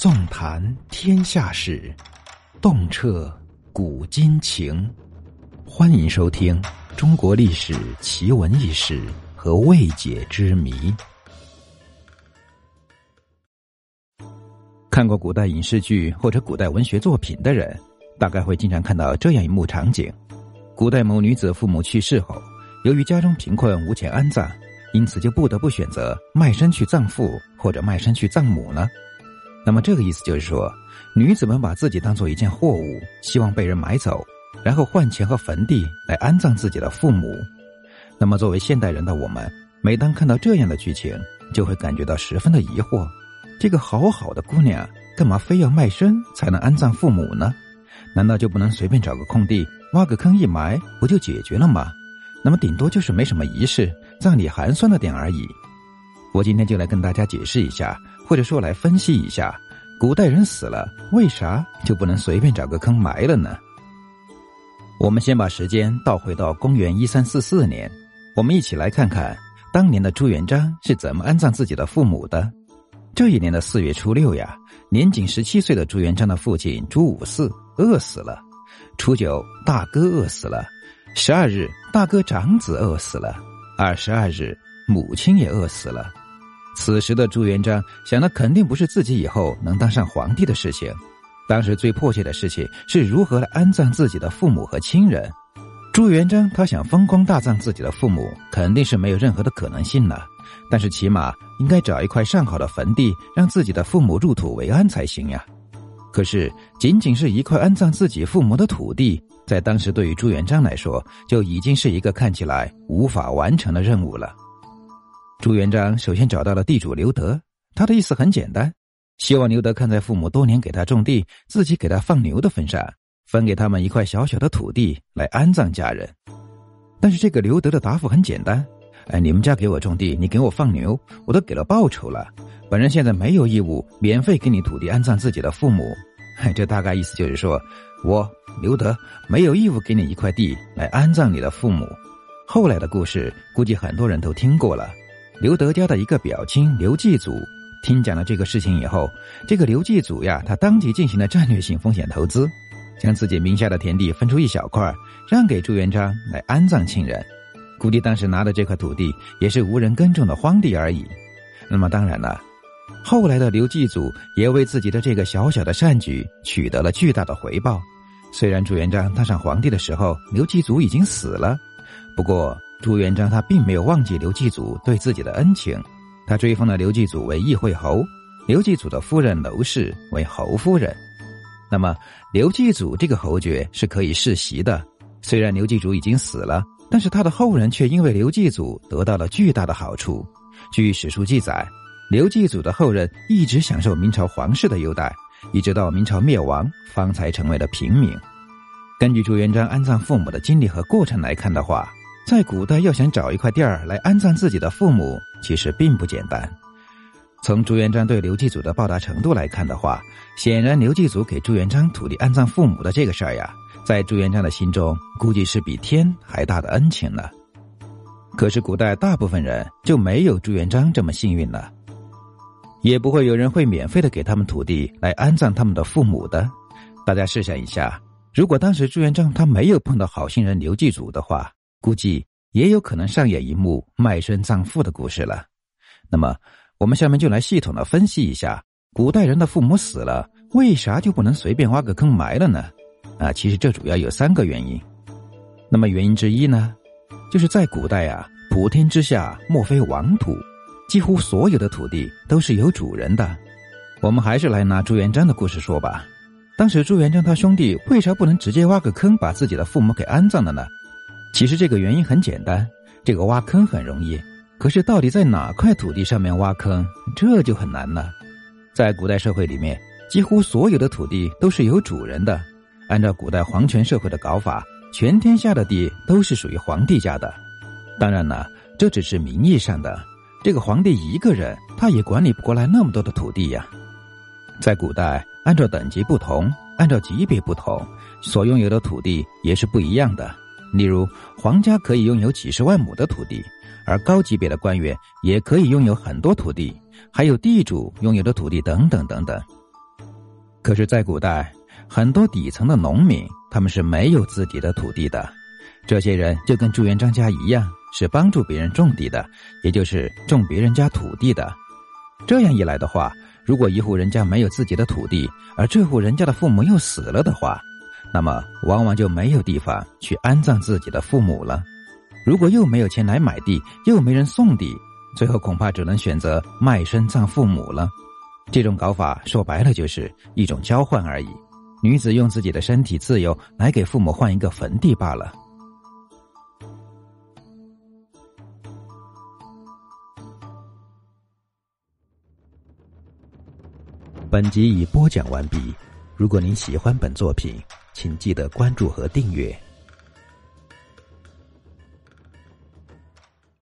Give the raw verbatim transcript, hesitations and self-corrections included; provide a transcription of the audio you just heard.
纵谈天下事，洞彻古今情。欢迎收听中国历史奇闻异事和未解之谜。看过古代影视剧或者古代文学作品的人，大概会经常看到这样一幕场景：古代某女子父母去世后，由于家中贫困无钱安葬，因此就不得不选择卖身去葬父或者卖身去葬母呢。那么这个意思就是说，女子们把自己当作一件货物，希望被人买走，然后换钱和坟地来安葬自己的父母。那么作为现代人的我们，每当看到这样的剧情，就会感觉到十分的疑惑，这个好好的姑娘干嘛非要卖身才能安葬父母呢？难道就不能随便找个空地挖个坑一埋不就解决了吗？那么顶多就是没什么仪式，葬礼寒酸了点而已。我今天就来跟大家解释一下，或者说来分析一下，古代人死了为啥就不能随便找个坑埋了呢？我们先把时间倒回到公元一三四四年，我们一起来看看当年的朱元璋是怎么安葬自己的父母的。这一年的四月初六呀，年仅十七岁的朱元璋的父亲朱五四饿死了。初九，大哥饿死了。十二日，大哥长子饿死了。二十二日，母亲也饿死了。此时的朱元璋想的肯定不是自己以后能当上皇帝的事情，当时最迫切的事情是如何来安葬自己的父母和亲人。朱元璋他想风光大葬自己的父母，肯定是没有任何的可能性了，但是起码应该找一块上好的坟地，让自己的父母入土为安才行呀。可是仅仅是一块安葬自己父母的土地，在当时对于朱元璋来说，就已经是一个看起来无法完成的任务了。朱元璋首先找到了地主刘德，他的意思很简单，希望刘德看在父母多年给他种地，自己给他放牛的份上，分给他们一块小小的土地来安葬家人。但是这个刘德的答复很简单，哎，你们家给我种地，你给我放牛，我都给了报酬了，本人现在没有义务免费给你土地安葬自己的父母。这大概意思就是说，我刘德没有义务给你一块地来安葬你的父母。后来的故事估计很多人都听过了，刘德家的一个表亲刘继祖听讲了这个事情以后，这个刘继祖呀，他当即进行了战略性风险投资，将自己名下的田地分出一小块让给朱元璋来安葬亲人。估计当时拿的这块土地也是无人耕种的荒地而已。那么当然了，后来的刘继祖也为自己的这个小小的善举取得了巨大的回报。虽然朱元璋当上皇帝的时候，刘继祖已经死了，不过朱元璋他并没有忘记刘继祖对自己的恩情，他追封了刘继祖为议会侯，刘继祖的夫人娄氏为侯夫人。那么刘继祖这个侯爵是可以世袭的，虽然刘继祖已经死了，但是他的后人却因为刘继祖得到了巨大的好处。据史书记载，刘继祖的后人一直享受明朝皇室的优待，一直到明朝灭亡方才成为了平民。根据朱元璋安葬父母的经历和过程来看的话，在古代要想找一块地儿来安葬自己的父母，其实并不简单。从朱元璋对刘继祖的报答程度来看的话，显然刘继祖给朱元璋土地安葬父母的这个事儿呀，在朱元璋的心中估计是比天还大的恩情了。可是古代大部分人就没有朱元璋这么幸运了，也不会有人会免费的给他们土地来安葬他们的父母的。大家试想一下，如果当时朱元璋他没有碰到好心人刘继祖的话，估计也有可能上演一幕卖身葬父的故事了。那么我们下面就来系统的分析一下，古代人的父母死了，为啥就不能随便挖个坑埋了呢？啊，其实这主要有三个原因。那么原因之一呢，就是在古代啊，普天之下莫非王土，几乎所有的土地都是有主人的。我们还是来拿朱元璋的故事说吧。当时朱元璋他兄弟为啥不能直接挖个坑把自己的父母给安葬了呢？其实这个原因很简单，这个挖坑很容易，可是到底在哪块土地上面挖坑，这就很难了。在古代社会里面，几乎所有的土地都是有主人的，按照古代皇权社会的搞法，全天下的地都是属于皇帝家的。当然了，这只是名义上的，这个皇帝一个人他也管理不过来那么多的土地呀。在古代，按照等级不同，按照级别不同，所拥有的土地也是不一样的。例如，皇家可以拥有几十万亩的土地，而高级别的官员也可以拥有很多土地，还有地主拥有的土地等等等等。 可是在古代，很多底层的农民他们是没有自己的土地的，这些人就跟朱元璋家一样，是帮助别人种地的，也就是种别人家土地的。这样一来的话，如果一户人家没有自己的土地，而这户人家的父母又死了的话，那么往往就没有地方去安葬自己的父母了。如果又没有钱来买地，又没人送地，最后恐怕只能选择卖身葬父母了。这种搞法说白了就是一种交换而已，女子用自己的身体自由来给父母换一个坟地罢了。本集已播讲完毕，如果您喜欢本作品，请记得关注和订阅。